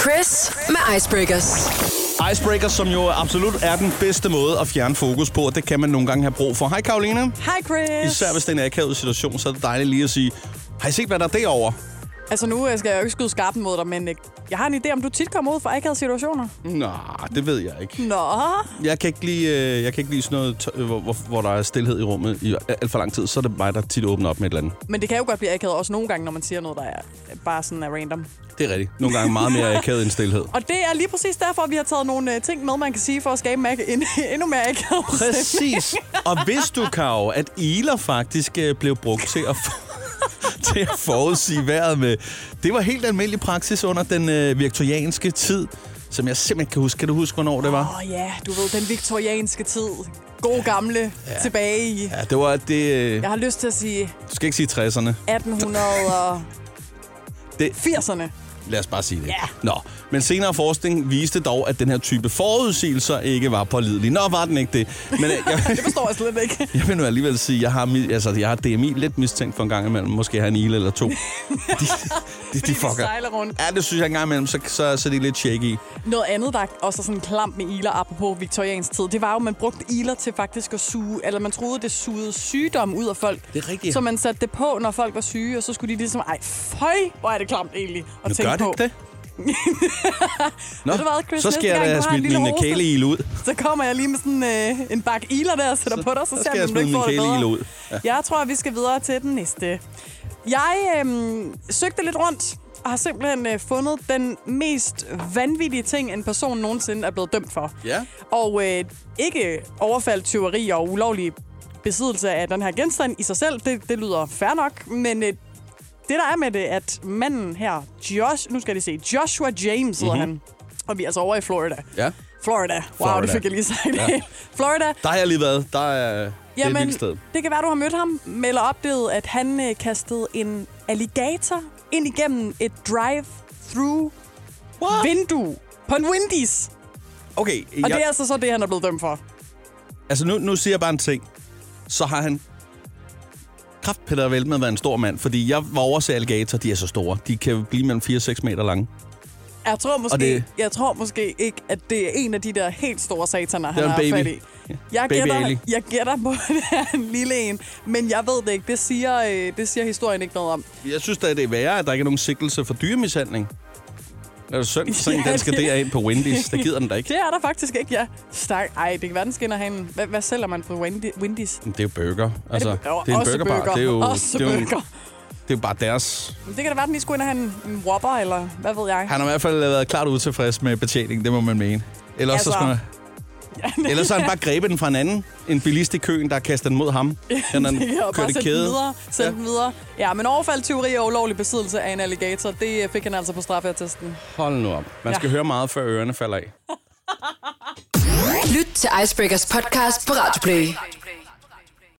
Chris med Icebreakers. Icebreakers, som jo absolut er den bedste måde at fjerne fokus på, og det kan man nogle gange have brug for. Hej Karoline. Hej Chris. Især hvis det er en akavet situation, så er det dejligt lige at sige, har I set, hvad der er derovre? Altså nu skal jeg jo ikke skyde skarpen mod dig, men jeg har en idé, om du tit kommer ud for akavede situationer. Nå, det ved jeg ikke. Nå. Jeg kan ikke lide sådan noget, hvor der er stilhed i rummet i alt for lang tid. Så er det mig, der tit åbner op med et eller andet. Men det kan jo godt blive akavet også nogle gange, når man siger noget, der er bare sådan er random. Det er rigtigt. Nogle gange meget mere akavet end stilhed. Og det er lige præcis derfor, vi har taget nogle ting med, man kan sige, for at skabe endnu mere akavet. Præcis. Og vidste du, Karo, at iler faktisk blev brugt til at forudsige vejret med. Det var helt almindelig praksis under den viktorianske tid, som jeg simpelthen kan huske. Kan du huske, hvornår det var? Ja, du ved, den viktorianske tid. God gamle, tilbage i... Ja, det var det... Jeg har lyst til at sige... Du skal ikke sige 60'erne. 1800 og... 80'erne. Lad os bare sige det. Ja. Nå, men senere forskning viste dog, at den her type forudsigelser ikke var pålidelig. Nå, var den ikke det? Men, det forstår jeg slet ikke. Jeg vil nu alligevel sige, at jeg har DMI lidt mistænkt for en gang imellem. Måske har en ile eller to. de fucker. Rundt. Ja, det synes jeg en gang imellem, så er de lidt shaky. Noget andet, der også er sådan klamt med iler, apropos viktoriansk tid, det var jo, at man brugte iler til faktisk at suge, eller man troede, det sugede sygdom ud af folk. Det er rigtigt. Så man satte det på, når folk var syge, og så skulle de ligesom, føj, hvor er det klamt egentlig at nu tænke gør det på. Ikke det? Nå, ved du hvad, Chris, så skal jeg da smide min kæleil ud. Så kommer jeg lige med sådan en bakke iler der og sætter på dig, så ser man, du ikke får det bedre. Ud. Ja. Jeg tror, at vi skal videre til den næste. Jeg søgte lidt rundt og har simpelthen fundet den mest vanvittige ting, en person nogensinde er blevet dømt for. Ja. Og ikke overfald, tyveri og ulovlig besiddelse af den her genstand i sig selv, det lyder fair nok, men det der er med det, at manden her, Joshua James hedder han, og vi er altså over i Florida. Ja. Florida. Wow, det fik jeg lige sagt. Ja. Florida. Der har jeg lige været. Der er et vildt sted. Det kan være, du har mødt ham, eller opdaget, at han kastede en alligator ind igennem et drive-through vindue på en Wendy's. Okay. Og det er altså så det, han er blevet dømt for. Altså, nu siger jeg bare en ting. Så har han kraftpiller vel med at være en stor mand, fordi jeg var over til alligator, de er så store. De kan blive mellem 4 og 6 meter lange. Jeg tror måske ikke, at det er en af de der helt store sataner, han har fat i. Jeg gætter på, at det er en lille en, men jeg ved det ikke. Det siger historien ikke noget om. Jeg synes da, det er værre, at der ikke er nogen sigtelse for dyremishandling. Er det synd for sådan, den skal derind på Wendy's? Der gider den da ikke. Det er der faktisk ikke, ja. Ej, det kan være, den skal ind og have en... Hvad sælger man på Wendy's? Det er jo burger. Altså, det er en burgerbar. Det er jo bare deres... Det kan da være, den lige skulle ind og have en Whopper, eller hvad ved jeg. Han har i hvert fald været klart utilfreds med betjeningen, det må man mene. Eller så skulle Ellers har han bare grebet den fra en bilist i køen, der kaster den mod ham. Han har kørt i kæde. Sendt den videre. Ja, men overfald, tyveri og ulovlig besiddelse af en alligator, det fik han altså på straffeattesten. Hold nu op. Man skal høre meget, før ørerne falder af. Lyt til Icebreakers podcast på Radio Play.